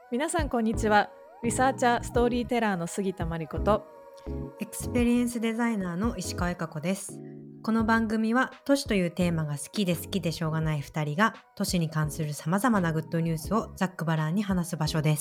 皆さんこんにちは。リサーチャーストーリーテラーの杉田真理子とエクスペリエンスデザイナーの石川恵香子です。この番組は都市というテーマが好きでしょうがない2人が都市に関するさまざまなグッドニュースをざっくばらんに話す場所です。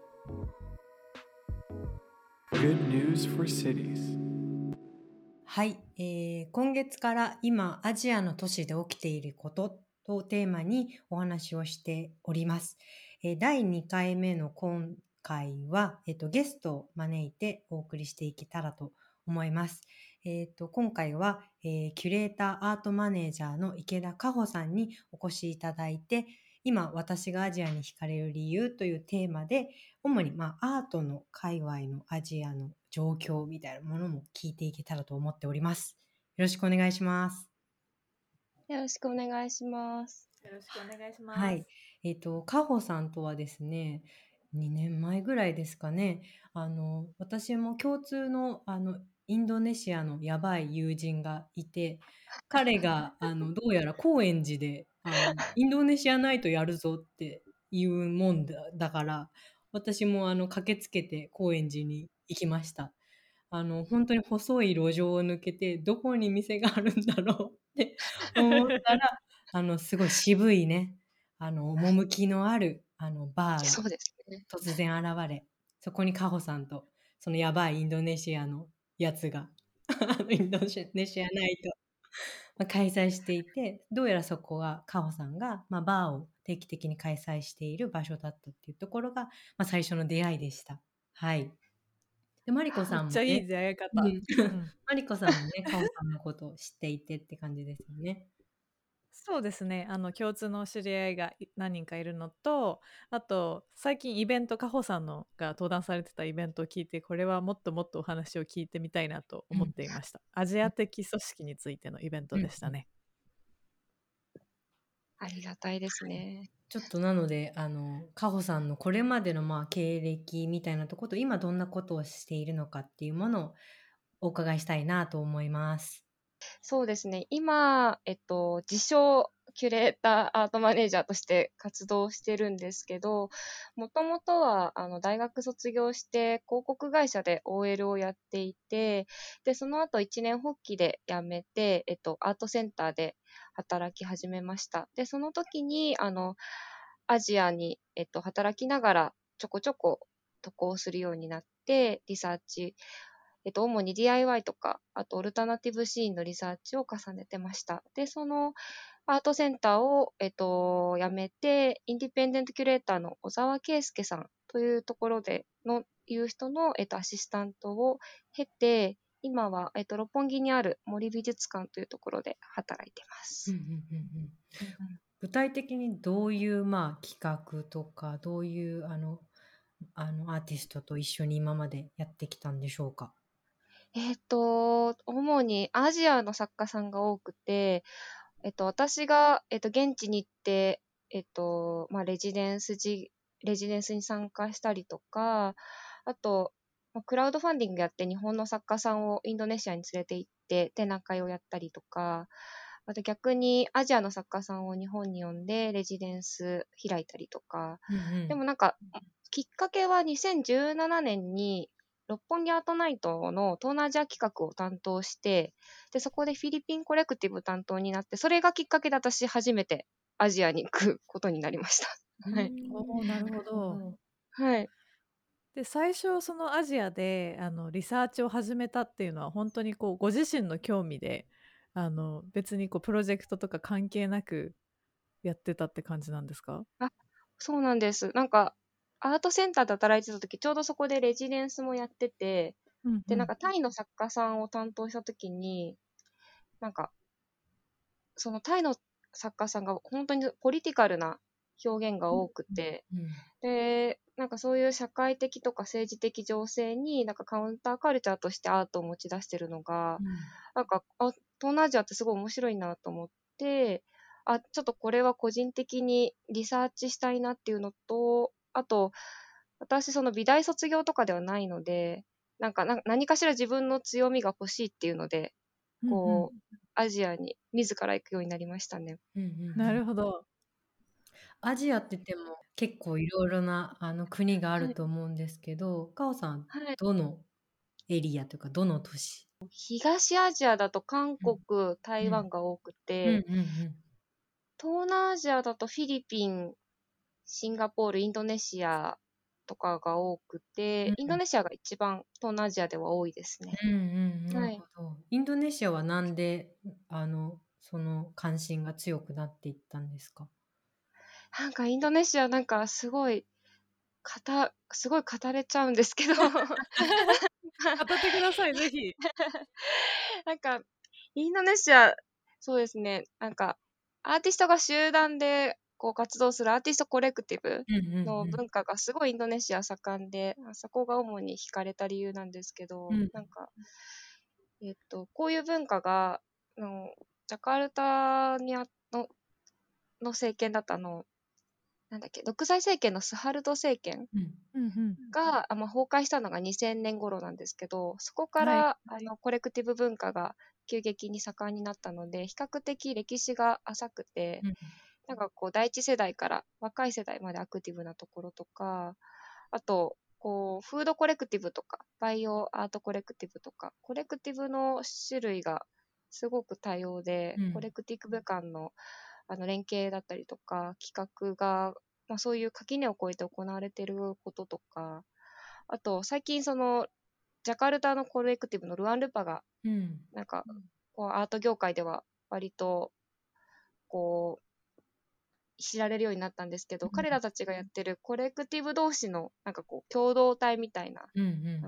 Good news for cities. はい、今月から今アジアの都市で起きていることをテーマにお話をしております。第2回目の今回は、ゲストを招いてお送りしていけたらと思います。今回は、キュレーターアートマネージャーの池田香穂さんにお越しいただいて、今私がアジアに惹かれる理由というテーマで、主にアートの界隈のアジアの状況みたいなものも聞いていけたらと思っております。よろしくお願いします。 よろしくお願いします。 よろしくお願いします。 はい。かほさんとはですね、2年前ぐらいですかね、私も共通の、インドネシアのやばい友人がいて、彼が、どうやら高円寺で、インドネシアナイトやるぞっていうもんだから、私も、駆けつけて高円寺に行きました。本当に細い路上を抜けて、どこに店があるんだろうって思ったら、すごい渋いね、趣のある、バーがそうですね。 突然現れ、そこにカホさんと、そのやばいインドネシアのやつが、インドネシアナイト、開催していて、どうやらそこはカホさんが、バーを定期的に開催している場所だったっていうところが、最初の出会いでした。はい。で、マリコめさんもね、 っちゃいい出会い方。 マリコさんもね、カオさんのことを知っていてって感じですよね。 そうですね。共通の知り合いが何人かいるのと、あと最近イベント、カホさんのが登壇されてたイベントを聞いて、これはもっともっとお話を聞いてみたいなと思っていました。アジア的組織についてのイベントでしたね。 ありがたいですね。 ちょっとなので、カホさんのこれまでの経歴みたいなところと、今どんなことをしているのかっていうものをお伺いしたいなと思います。 そうですね。今、自称キュレーターアートマネージャーとして活動してるんですけど、もともとは、大学卒業して広告会社で OL をやっていて、で、その後一年発起で辞めて、アートセンターで働き始めました。で、その時に、アジアに、働きながらちょこちょこ渡航するようになって、リサーチ、主に DIY とか、あとオルタナティブシーンのリサーチを重ねてました。で、そのアートセンターを、辞めて、インディペンデントキュレーターの小沢圭介さんというところでいう人の、アシスタントを経て、今は、六本木にある森美術館というところで働いてます。 具体的にどういう企画とか、どういうアーティストと一緒に今までやってきたんでしょうか？ 主にアジアの作家さんが多くて、私が、現地に行って、レジデンスに参加したりとか、あと、クラウドファンディングやって日本の作家さんをインドネシアに連れて行って展覧会をやったりとか、あと逆にアジアの作家さんを日本に呼んでレジデンス開いたりとか、でもきっかけは2017年に六本木アートナイトの東南アジア企画を担当して、で、そこでフィリピンコレクティブ担当になって、それがきっかけで私初めてアジアに行くことになりました。はい。 おー、なるほど。 はい。 で、最初そのアジアでリサーチを始めたっていうのは本当にこうご自身の興味で別にこうプロジェクトとか関係なくやってたって感じなんですか？ あ、そうなんです。アートセンターで働いてた時、ちょうどそこでレジデンスもやってて、で、 うんうん。 タイの作家さんを担当した時に、なんか、そのタイの作家さんが本当にポリティカルな表現が多くて、で、そういう社会的とか政治的情勢にカウンターカルチャーとしてアートを持ち出してるのが、東南アジアってすごい面白いなと思って、ちょっとこれは個人的にリサーチしたいなっていうのと、あと、私その美大卒業とかではないので、何かしら自分の強みが欲しいっていうので、 うんうん。 アジアに自ら行くようになりましたね。 なるほど。 アジアって言っても結構いろいろな国があはい。 ると思うんですけど、カオさん、 はい。 どのエリアというか、どの都市？ 東アジアだと韓うん。 国、台うん。 湾が多くうんて、 うん東南アジアだとフィリピン、シンガポール、インドネシアとかが多くて、 うん。 インドネシアが一番東南アジアでは多いですね。 うんうん、なるはい。 ほど。インドネシアはなんで、その関心が強くなっていったんですか？ なんかインドネシアなんかすごい語れちゃうんですけど語ってください、ぜひ。 なんか、インドネシア、そうですね、なんか、アーティストが集団でこう活動するアーティストコレクティブうんうんの文化がすごいインドネシア盛んで、そこが主に惹かれた理由なんですけど、 うん。 なんか、こういう文化が、ジャカルタの政権だったなんだっけ、独裁政権のスハルト政権うん。 うんうん。 が、崩壊したのが2000年頃なんですけど、そこかはい。 らコレクティブ文化が急激に盛んになったので、比較的歴史が浅くて、 うん。 なんかこう第一世代から若い世代までアクティブなところとか、あと、こう、フードコレクティブとか、バイオアートコレクティブとか、コレクティブの種類がすごく多様で、 うん。 コレクティブ間の連携だったりとか、企画が、そういう垣根を越えて行われていることとか、あと、最近ジャカルタのコレクティブのルアンルパが、 うん。 なんか、こう、アート業界では割と、こう、知られるようになったんですけど、彼らたちがやってるコレクティブ同士の、なんかこう、共同体みたいな、 うん。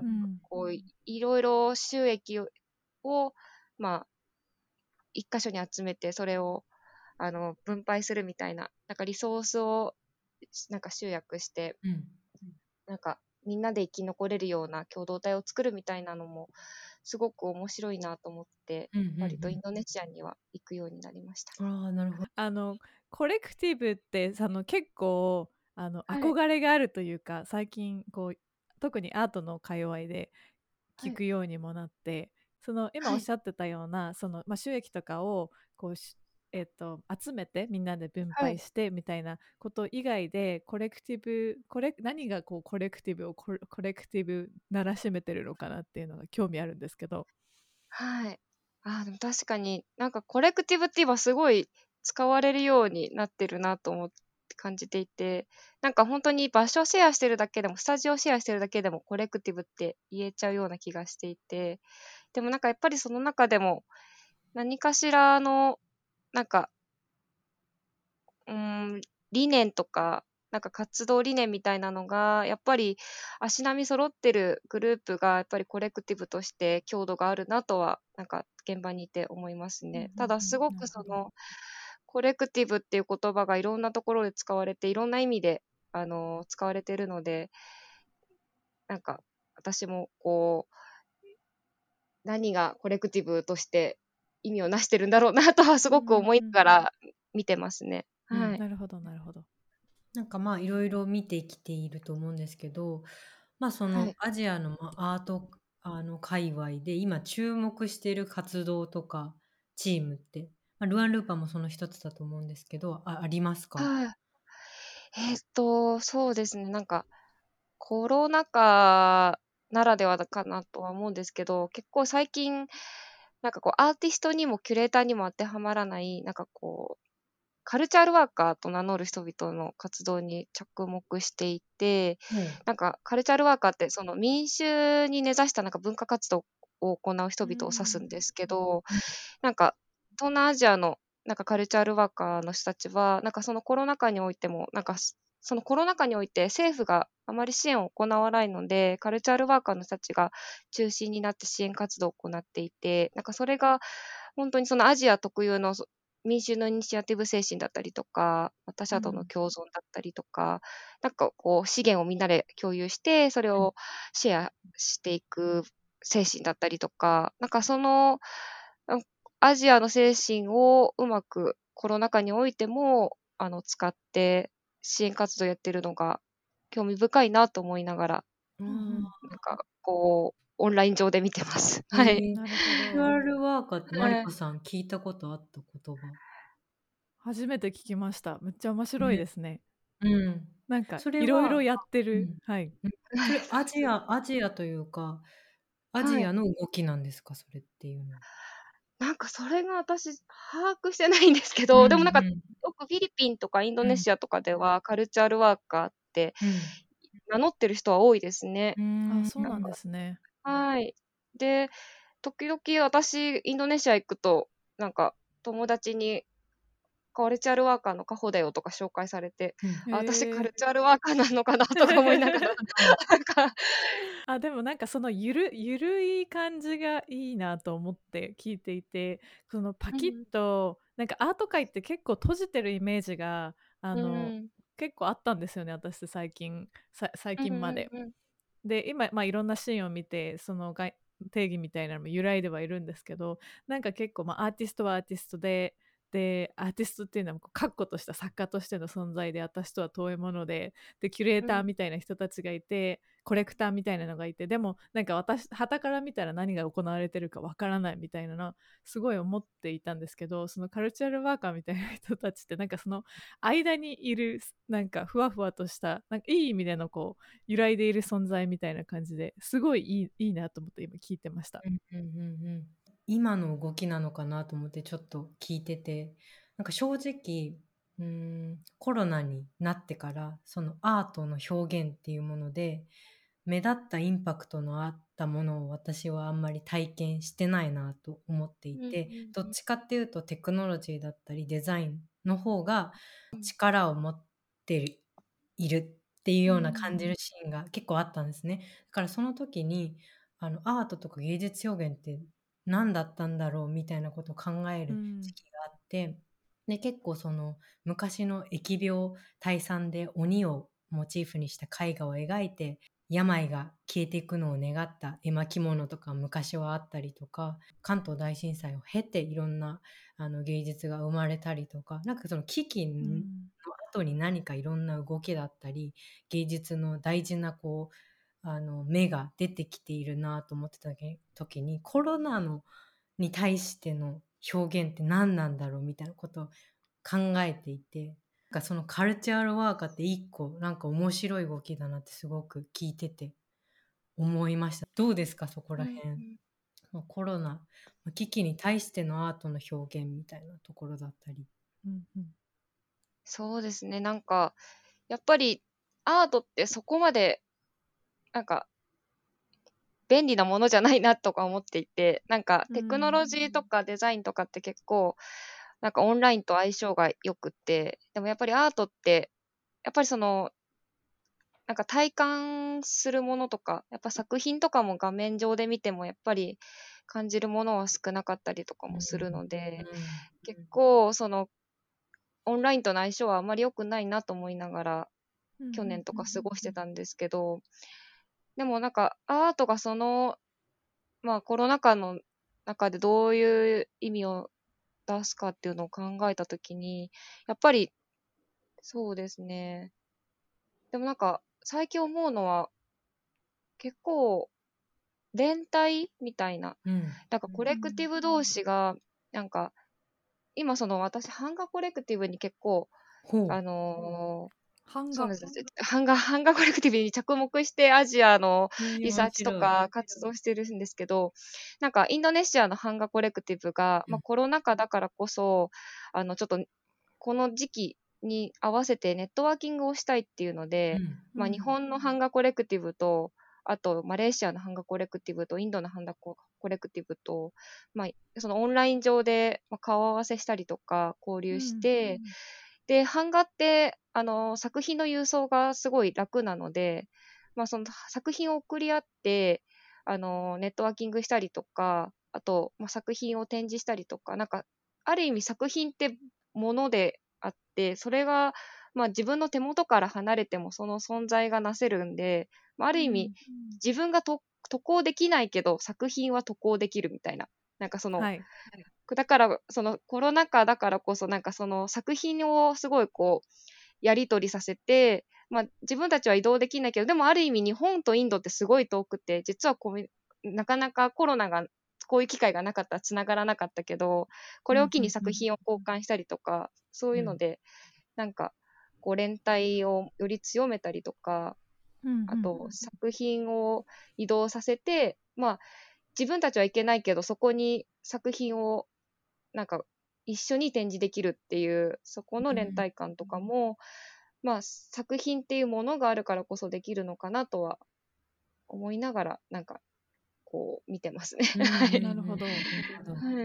なんかうん。 こう、いろいろ収益を、まあ、一箇所に集めて、それを、分配するみたいな、なんかリソースを、なんか集約して、 うん。 なんか、みんなで生き残れるような共同体を作るみたいなのも、すごく面白いなと思って、 うん。うん割とインドネシアには行くようになりましたね。 ああ、なるほど。 あの、コレクティブって結構はい。 憧れがあるというか、最近こう特にアートの界隈ではい。 聞くようにもなって、今おはい。 っしゃってたような収益とかをこう集めてみんなで分はい。 配してみたいなこと以外でコレクティブ何がこうコレクティブをコレクティブならしめてるのかなっていうのが興味あるんですけど。 はい。でも確かになんかコレクティブって今すごい使われるようになってるなと思って感じていて、なんか本当に場所シェアしてるだけでも、スタジオシェアしてるだけでもコレクティブって言えちゃうような気がしていて、でもなんかやっぱりその中でも何かしらの、なんか、うーん、理念とか、なんか活動理念みたいなのが、やっぱり足並み揃ってるグループが、やっぱりコレクティブとして強度があるなとは、なんか現場にいて思いますうんうね。たんうん、 だすごなるほど。 くコレクティブっていう言葉がいろんなところで使われて、いろんな意味で、使われているので、なんか、私も何がコレクティブとして意味をなしてるんだろうなとはすうんごく思いうんうん。 ながら見てますね。 うん。 はい。 なるほどなるほど。 なんかまあいろいろ見てきていると思うんですけど、まあそはい。 のアジアのアート界隈で今注目している活動とかチームって、まあ、ルアンルーパもその一つだと思うんですけど、ありますか？ はい。そうですね。なんか、コロナ禍ならではだかなとは思うんですけど、結構最近、なんかこう、アーティストにもキュレーターにも当てはまらない、なんかこう、カルチャーワーカーと名乗る人々の活動に着目していて、 もう。 なんかカルチャーワーカーってその民衆に根ざしたなんか文化活動を行う人う 々を指すん。 んですけど、 うん。 なんか東南アジアのなんかカルチャーワーカーの人たちは、なんかそのコロナ禍においても、なんかそのコロナ禍において政府があまり支援を行わないので、カルチャーワーカーの人たちが中心になって支援活動を行っていて、なんかそれが本当にそのアジア特有の民衆のイニシアティブ精神だったりとか、他者とのうん。 共存だったりとか、なんかこう資源をみんなで共有して、それうん。 をシェアしていく精神だったりとか、なんかうんアジアの精神をうまくコロナ禍においても、使って支援活動やってるのが興味深いなと思いながら、 うんうん。 なんかこう、オンライン上で見てます。はい。 ー、 なるほど。 デュアルワーカーってマリはい。 コさん聞いたことあった言葉？ 初めて聞きました。めっちゃ面白いね。 ですね。 なんかそれいろいろは、 やってる。 うん。 はい。 うん。それアジアというか、アはい。 ジアの動きなんですか？それっていうのは。 なんかそれが私、把握してないんですけうんど、でもなんか、 うん。 よくフィリピンとかインドうん。 ネシアとかでは、カルチャールワーカーってうん。 名乗ってる人は多いですね。 うーあ、 ん。 そうなんですね。 はい。で、時々私、インドネシア行くと、なんか友達にカルチャールワーカーのカホだよとか紹介されて、 うん。 あ、私カへえ。 ルチャールワーカーなのかなとか思いながら、なんか、 あ、でもなんかそのゆるい感じがいいなと思って聞いていて、そのパキッうん、 と、なんかアート界って結構閉じてるイメージが、 うん、 結構あったんですよね、私って最うん、 近まで。 うん、 で、今、まあ、いろんなシーンを見て、定義みたいなのも揺らいではいるんですけど、なんか結構、まあ、アーティストはアーティストで、アーティストっていうのはこう確固とした作家としての存在で、私とは遠いもので、キュレーうん、 ターみたいな人たちがいて、コレクターみたいなのがいて、でもなんか傍から見たら何が行われてるかわからないみたいなのすごい思っていたんですけど、そのカルチャルワーカーみたいな人たちってなんかその間にいるなんかふわふわとしたなんかいい意味でのこう揺らいでいる存在みたいな感じですごいいいなと思って今聞いてました。 うんうんうんうん。今の動きなのかなと思ってちょっと聞いてて、なんか正直、コロナになってから、そのアートの表現っていうもので、目立ったインパクトのあったものを私はあんまり体験してないなと思っていうん、 て、どっちかっていうとテクノロジーだったりデザインの方が力を持っているっていううような感じんるシーンが結構あったんですね。だからその時にアートとか芸術表現って何だったんだろうみたいなことを考える時うん期があって、で結構その昔の疫病退散で鬼をモチーフにした絵画を描いて病が消えていくのを願った絵巻物とか昔はあったりとか、関東大震災を経ていろんな芸術が生まれたりとか、なんかその危機のうん後に何かいろんな動きだったり芸術の大事なこう芽が出てきているなと思ってた時に、コロナに対しての表現って何なんだろうみたいなことを考えていて、なんかそのカルチャーワーカーって一個なんか面白い動きだなってすごく聞いてて思いました。どうですかそこうん、 ら辺。コロナ危機に対してのアートの表現みたいなところだったり。 うんうんそうですね。なんか、やっぱりアートってそこまで、なんか、便利なものじゃないなとか思っていて、なんかテクノロジーとかデザインとかって結構、なんかオンラインと相性が良くって、でもやっぱりアートって、やっぱりその、なんか体感するものとか、やっぱ作品とかも画面上で見てもやっぱり感じるものは少なかったりとかうんもするので、 うん結構そのオンラインとの相性はあまり良くないなと思いながらうん去年とうんか過ごしてたんですけど、でもなんかアートがその、まあコロナ禍の中でどういう意味を出すかっていうのを考えたときに、やっぱりそうですね。でもなんか最近思うのは結構連帯みたいな、 うんなんかコレクティブ同士が、なんか今その私版画コレクティブに結構、あほう。 の版画。 そうなんです。版画コレクティブに着目してアジアのリサーチと面白い。 か活動してるんですけど、なんかインドネシアの版画コレクティブが、まあ、 うんコロナ禍だからこそ、ちょっとこの時期に合わせてネットワーキングをしたいっていうので、 うんまあ、日本の版画コレクティブと、あとマレーシアの版画コレクティブとインドの版画コレクティブと、まあ、そのオンライン上で顔合わせしたりとか交流しうんて、で、版画って、作品の郵送がすごい楽なので、まあ、その作品を送り合って、ネットワーキングしたりとか、あと、まあ、作品を展示したりとか、なんか、ある意味作品ってものであって、それが、まあ、自分の手元から離れてもその存在がなせるんで、まあ、ある意味、 うん自分が渡航できないけど、作品は渡航できるみたいな。なんかその、 はい。 だから、そのコロナ禍だからこそ、なんかその作品をすごいこう、やり取りさせて、まあ自分たちは移動できないけど、でもある意味日本とインドってすごい遠くて、実はなかなかコロナがこういう機会がなかったら繋がらなかったけど、これを機に作品を交換したりとか、そういうので、なんか、 こう連帯をより強めたりとか、あと作品を移動させて、まあ自分たちはいけないけどそこに作品をなんか一緒に展示できるっていうそこの連帯感とかも、まあ作品っていうものがあるからこそできるのかなとは思いながらなんかこう見てますね。はい。 なるほど。 はい。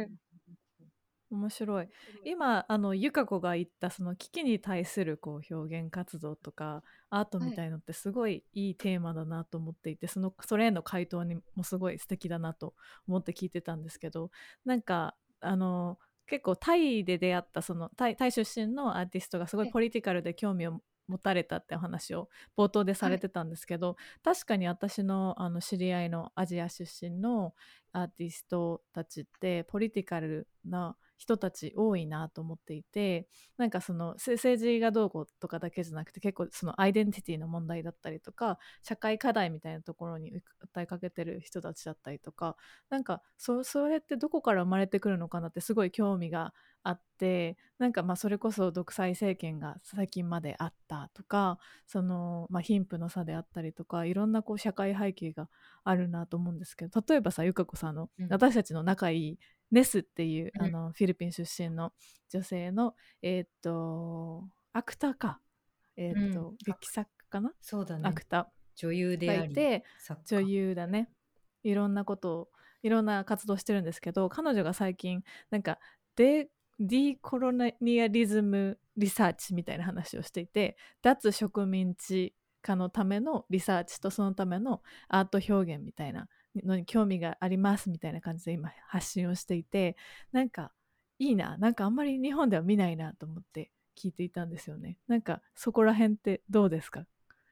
面白い。今ゆか子が言ったその危機に対するこう表現活動とかアートみたいのってすごいいいテーマだなと思っていて、それへの回答にもすごい素敵だなと思って聞いてたんですけど、なんか結構タイで出会ったそのタイ出身のアーティストがすごいはい。 ポリティカルで興味を持たれたってお話を冒頭でさはい。 れてたんですけど、確かに私の知り合いのアジア出身のアーティストたちってポリティカルな人たち多いなと思っていて、なんかその政治がどうこうとかだけじゃなくて、結構そのアイデンティティの問題だったりとか社会課題みたいなところに訴えかけてる人たちだったりとか、なんかそれってどこから生まれてくるのかなってすごい興味があって、なんかまあそれこそ独裁政権が最近まであったとか、そのまあ貧富の差であったりとか、いろんなこう社会背景があるなと思うんですけど、例えばさ、ゆかこさんの私たちの仲いいネスっていうフィリピン出身の女性のアクターか、劇作家かな、 そうだね。 アクタ女優ーがであり、 いて、女作家。 優だね、いろんなことをいろんな活動してるんですけど、彼女が最近なんかディコロニアリズムリサーチみたいな話をしていて、脱植民地化のためのリサーチとそのためのアート表現みたいなのに興味がありますみたいな感じで今発信をしていて、なんかいいな、なんかあんまり日本では見ないなと思って聞いていたんですよね。なんかそこら辺ってどうですか？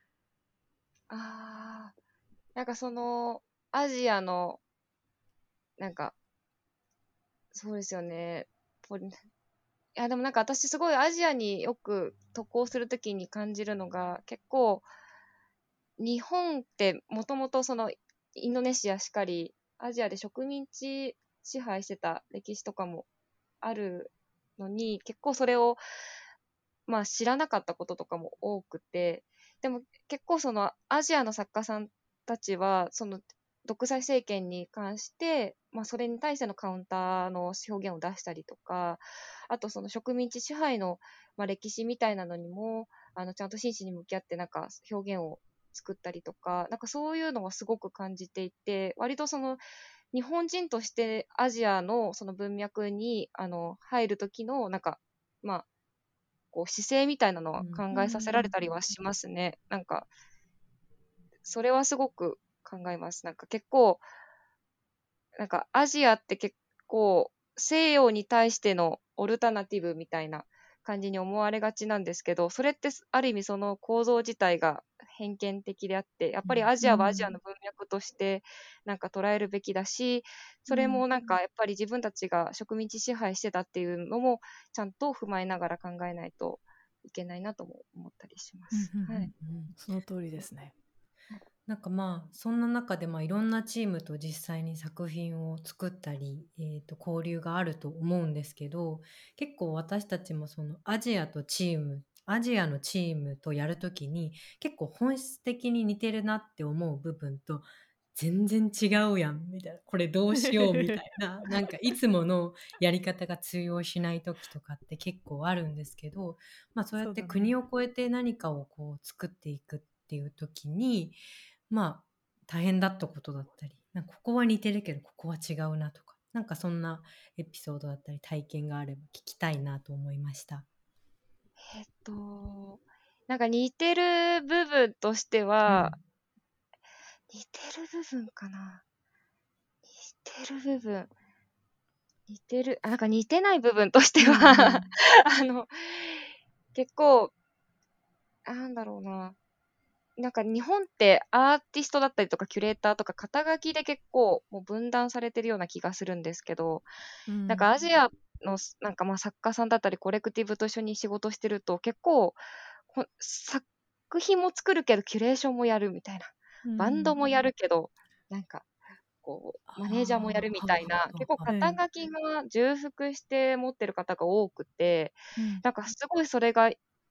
ああ、なんかそのアジアのなんかそうですよね。いやでもなんか私すごいアジアによく渡航するときに感じるのが結構日本ってもともとそのインドネシアしかりアジアで植民地支配してた歴史とかもあるのに結構それをまあ知らなかったこととかも多くて、でも結構そのアジアの作家さんたちはその独裁政権に関して、まあ、それに対してのカウンターの表現を出したりとか、あとその植民地支配の、まあ、歴史みたいなのにもちゃんと真摯に向き合ってなんか表現を作ったりとか、なんかそういうのはすごく感じていて、割とその日本人としてアジアのその文脈に入る時のなんかまあこう姿勢みたいなのは考えさせられたりはしますね。なんかそれはすごく考えます。なんか結構なんかアジアって結構西洋に対してのオルタナティブみたいな感じに思われがちなんですけど、それってある意味その構造自体が偏見的であって、やっぱりアジアはアジアの文脈としてなんか捉えるべきだし、それもなんかやっぱり自分たちが植民地支配してたっていうのもちゃんと踏まえながら考えないといけないなとも思ったりします。はい。 その通りですね。 なんかまあそんな中でいろんなチームと実際に作品を作ったり、交流があると思うんですけど、結構私たちもそのアジアのチームとやるときに結構本質的に似てるなって思う部分と全然違うやんみたいな、これどうしようみたいな、なんかいつものやり方が通用しない時とかって結構あるんですけど、まあそうやって国を越えて何かをこう作っていくっていう時に、まあ大変だったことだったり、なんかここは似てるけどここは違うなとか、なんかそんなエピソードだったり体験があれば聞きたいなと思いました。 なんか似てる部分としては、似てる部分かな。なんか似てない部分としては、結構、なんだろうな。なんか日本ってアーティストだったりとかキュレーターとか肩書きで結構もう分断されてるような気がするんですけど、なんかアジアのなんかまあ作家さんだったりコレクティブと一緒に仕事してると結構作品も作るけどキュレーションもやるみたいな、バンドもやるけどなんかこうマネージャーもやるみたいな、結構肩書きが重複して持ってる方が多くて、なんかすごいそれが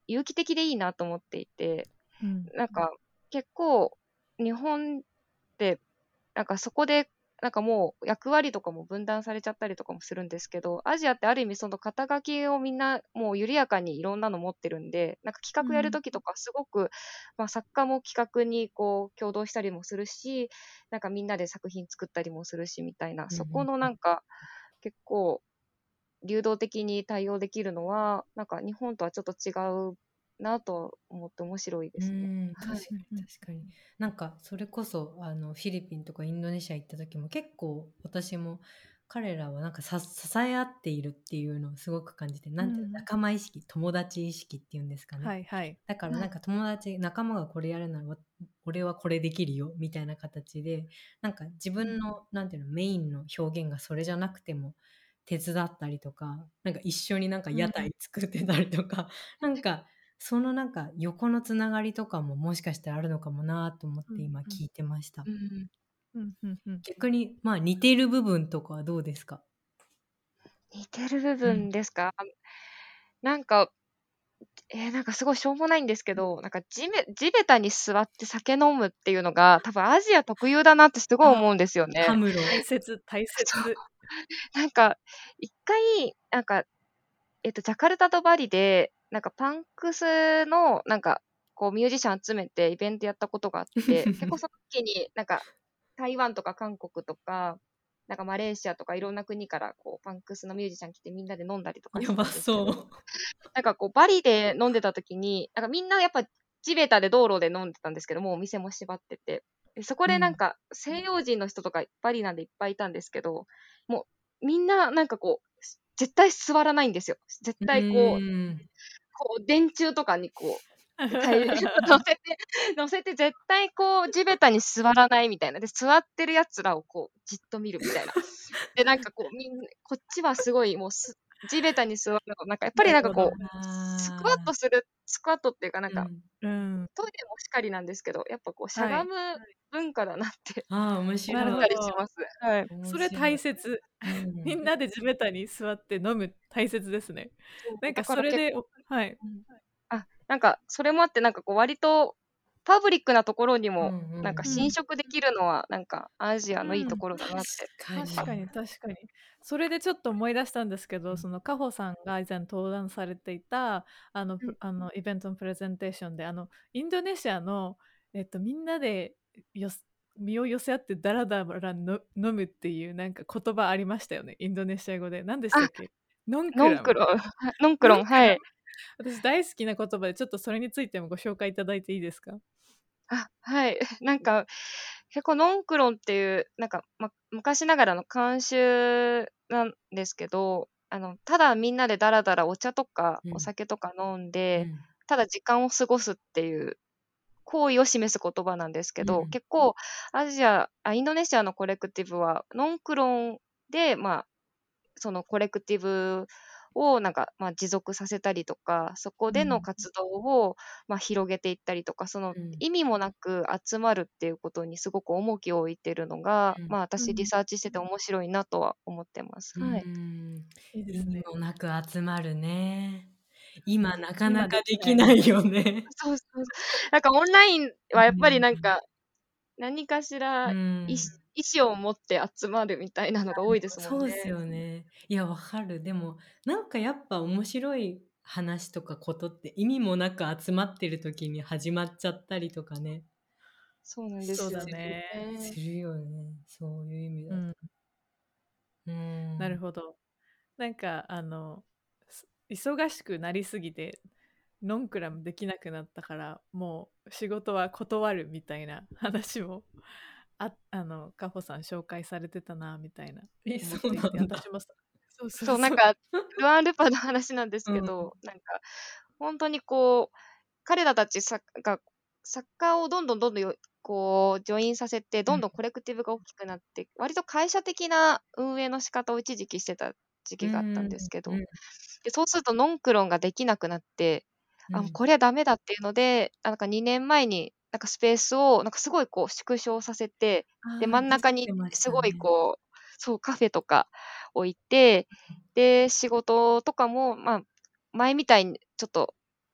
有機的でいいなと思っていて、 うんなんか結構日本ってなんかそこでなんかもう役割とかも分断されちゃったりとかもするんですけど、アジアってある意味その肩書きをみんなもう緩やかにいろんなの持ってるんで、なんか企画やるときとかすごく、まあ、作家も企画にこう共同したりもするし、なんかみんなで作品作ったりもするしみたいな、そこのなんか結構流動的に対応できるのは、なんか日本とはちょっと違うなと思って面白いですね。 確かはい。 に確かに。なんかそれこそフィリピンとかインドネシア行った時も結構私も彼らはなんか支え合っているっていうのをすごく感じて、なんていうの仲間意識、友達意識っていうんですかね。 はいはい。 だからなんか友達、仲間がこれやるなら俺はこれできるよみたいな形で、なんか自分のなんていうのメインの表現がそれじゃなくても手伝ったりとか、なんか一緒になんか屋台作ってたりとか、なんかそのなんか横のつながりとかももしかしたらあるのかもなと思って今聞いてました。 うんうんうんうん逆にまあ似ている部分とかはどうですか？ 似てる部分ですか？なんか、なんかすごいしょうもないんですけど、なんか地べたに座って酒飲むっていうのが、多分アジア特有だなってすごい思うんですよね。 ハムロ。 大切大そう。 切。 なんか、一回、なんか、ジャカルタとバリで、なんかパンクスの、なんか、こうミュージシャン集めてイベントやったことがあって、結構その時に、なんか、台湾とか韓国とか、なんかマレーシアとかいろんな国からこうパンクスのミュージシャン来てみんなで飲んだりとかしやばてたんですけど、 そう。 なんかこうバリで飲んでた時に、なんかみんなやっぱ地べたで道路で飲んでたんですけども、お店も閉まってて。でそこでなんか西洋人の人とかバリなんでいっぱいいたんですけど、もうみんななんかこう、絶対座らないんですよ。絶う対こう、 ーん。 こう電柱とかにこう、乗せて絶対こう地べたに座らないみたいな。で、座ってる奴らをこうじっと見るみたいな。で、なんかこうこっちはすごいもう地べたに座るの、なんかやっぱりなるほど。 なんかこう、スクワットっていうかなんか、 うん。 うん。 トイレもしかりなんですけど、やっぱこうしゃはい。 がむ文化だなって面な白い。 るほ思ったりしど。 ます。はい。 それ面白い。 大切。みんなで地べたに座って飲む大切ですね。 そう、 なんかだからそれではい。 なんかそれもあってなんかこう割とパブリックなところにも、なんかうん。 侵食できるのは、なんかアジアのいいとうん。 ころだなって。 確かに。 確かに確かに。それでちょっと思い出したんですけど、そのカホさんが以前登壇されていたイベントのプレゼンテーションでインドネシアのみんなで身を寄せ合ってダラダラの飲むっていうなんか言葉ありましたよね。インドネシア語で何でしたっけ？ノンクラム。 ノンクロン、ノンクロン、 ノンクラム。 はい。 私大好きな言葉でちょっとそれについてもご紹介いただいていいですか？ はい。なんか、結構ノンクロンっていう、なんか、昔ながらの慣習なんですけど、ただみんなでダラダラお茶とかお酒とか飲んで、ただ時間を過ごすっていう行為を示す言葉なんですけど、結構インドネシアのコレクティブは、ノンクロンで、そのコレクティブをなんか、持続させたりとか、そこでの活動を、広げていったりとか、その意味もなく集まるっていうことにすごく重きを置いてるのが、私リサーチしてて面白いなとは思ってます。はい。 意味いいですね。 もなく集まるね。今なかな今かでできない。 きないよね。 そうそう。なんかオンラインはやっぱりなんか、何かしら意思を持って集まるみたいなのが多いですもんね。 そうですよね。いや、わかる。でも、なんかやっぱ面白い話とかことって意味もなく集まってる時に始まっちゃったりとかね。 そうなんでそうすよだね。 するよね。そういう意味だと。 うん。なるほど。なんか忙しくなりすぎてノンクラムできなくなったからもう仕事は断るみたいな話もカホさん紹介されてたなみたいな思っそうていてなんだ。 私もそうそうそう、なんそう。 か、ルアン・ルパの話なんですけど、なんか、本当にこう、彼らたち作家をどんどんどんどんこう、ジョインさせて、どんどんコレクティブが大きくなって、割と会社的な運営の仕方を一時期してた時期があったんですけど、で、そうするとノンクロンができなくなって、もうこれはダメだっていうので、なんか2年前に、なんかスペースを、なんかすごいこう縮小させて、で、真ん中にすごいこう、そう、カフェとか置いて、で、仕事とかも、前みたいにちょっと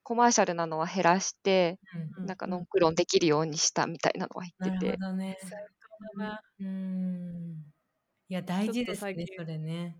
コマーシャルなのは減らして、なんかノンクロンできるようにしたみたいなのは言ってて。 なるほどね。 最高だな。 いや、大ちょっ事ですね、 と最近、 それね。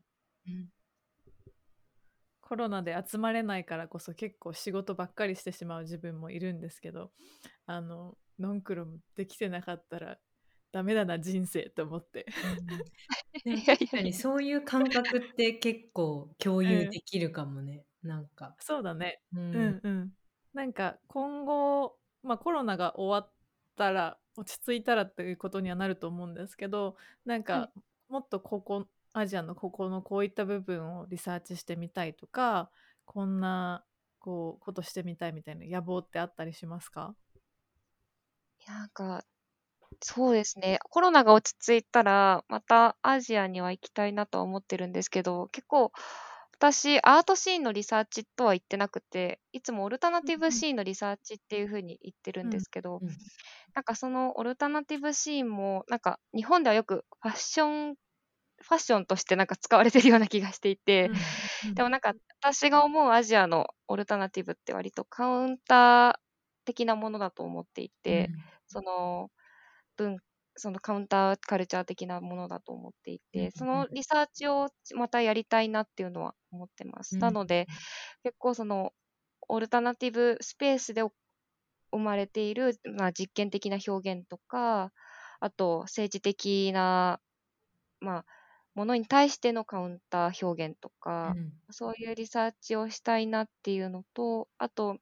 コロナで集まれないからこそ結構仕事ばっかりしてしまう自分もいるんですけど、ノンクロムできてなかったらダメだな人生と思って。 でもいやい確かやいや。 にそういう感覚って結構共有できるかもね。なんか。 そうだね。 うん。 なんか今後、コロナが終わったら落ち着いたらっていうことにはなると思うんですけど、なんかもっとアジアのこういった部分をリサーチしてみたいとか、こんなことしてみたいみたいな野望ってあったりしますか？ なんか、そうですね。コロナが落ち着いたら、またアジアには行きたいなとは思ってるんですけど、結構、私、アートシーンのリサーチとは言ってなくて、いつもオルタナティブシーンのリサーチっていう風に言ってるんですけど、なんかそのオルタナティブシーンも、なんか日本ではよくファッションとしてなんか使われてるような気がしていて、でもなんか私が思うアジアのオルタナティブって割とカウンター的なものだと思っていて、その文そのカウンターカルチャー的なものだと思っていて、そのリサーチをまたやりたいなっていうのは思ってます。なので、結構そのオルタナティブスペースで生まれている、実験的な表現とか、あと政治的な、ものに対してのカウンター表現とか、そういうリサーチをしたいなっていうのと、あと、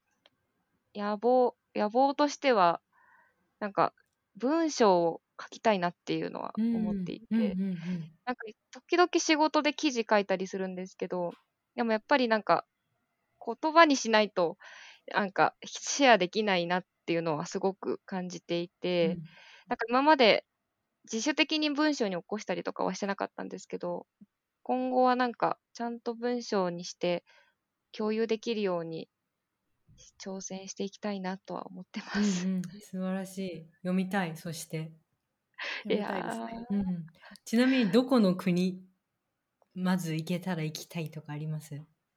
野望としては、なんか、文章を書きたいなっていうのは思っていて、なんか、時々仕事で記事書いたりするんですけど、でもやっぱりなんか、言葉にしないと、なんか、シェアできないなっていうのはすごく感じていて、なんか今まで自主的に文章に起こしたりとかはしてなかったんですけど、今後はなんか、ちゃんと文章にして共有できるように挑戦していきたいなとは思ってます。 素晴らしい。読みたい、そして。 読みたいですね。 ちなみにどこの国、まず行けたら行きたいとかあります？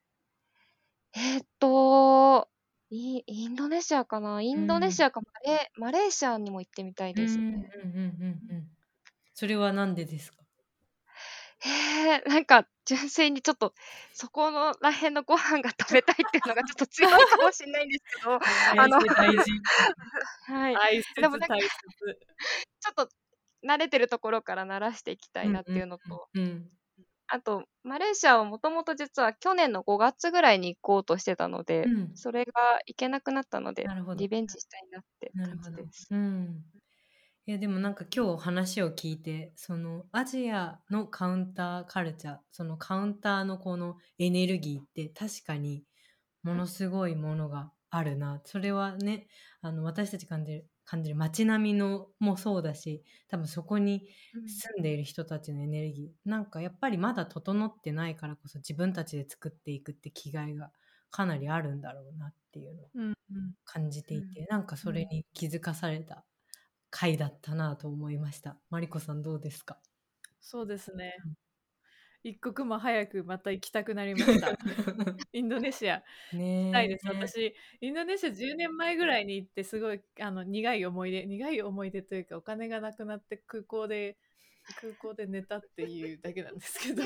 インドネシアかな。インドネシアかマレーシアにも行ってみたいですね。 それはなんでですか？ なんか純粋にちょっとそこのら辺のご飯が食べたいっていうのがちょっと強いかもしれないんですけど、 大事。 はい。 大でもなんか切。 ちょっと慣れてるところから慣らしていきたいなっていうのと、あと、マレーシアはもともと実は去年の5月ぐらいに行こうとしてたので、それが行けなくなったので、リベンジしたいなって感じです。 いやでもなんか今日話を聞いて、そのアジアのカウンターカルチャー、そのカウンターのこのエネルギーって確かにものすごいものがあるな。それはね、私たち感じる街並みのもそうだし、多分そこに住んでいる人たちのエネルギー、なんかやっぱりまだ整ってないからこそ自分たちで作っていくって気概がかなりあるんだろうなっていうのを感じていて、なんかそれに気づかされた回だったなと思いました。マリコさんどうですか？ そうですね。一刻も早くまた行きたくなりました。インドネシア行きたいです。私、インドネシア10年前ぐらいに行って、すごい苦い思い出というか、お金がなくなって空港で寝たっていうだけなんですけど、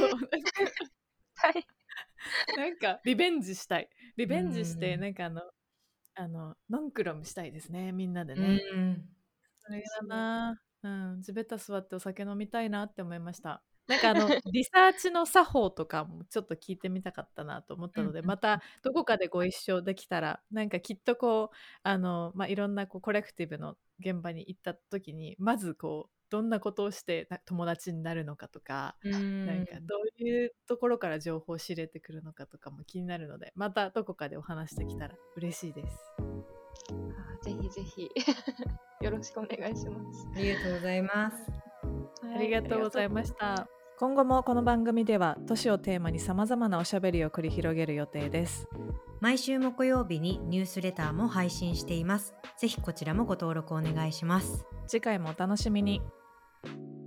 なんかリベンジしたい。リベンジして、なんかノンクロムしたいですね、みんなでね。それだな。地べた座ってお酒飲みたいなって思いました。なんかリサーチの作法とかもちょっと聞いてみたかったなと思ったので、またどこかでご一緒できたら、なんかきっといろんなコレクティブの現場に行った時に、まずどんなことをして友達になるのかとか、なんかどういうところから情報を仕入れてくるのかとかも気になるので、またどこかでお話してきたら嬉しいです。 ぜひぜひよろしくお願いします。 ありがとうございます。 ありがとうございました。今後もこの番組では都市をテーマにさまざまなおしゃべりを繰り広げる予定です。 毎週木曜日にニュースレターも配信しています。ぜひこちらもご登録お願いします。 次回もお楽しみに。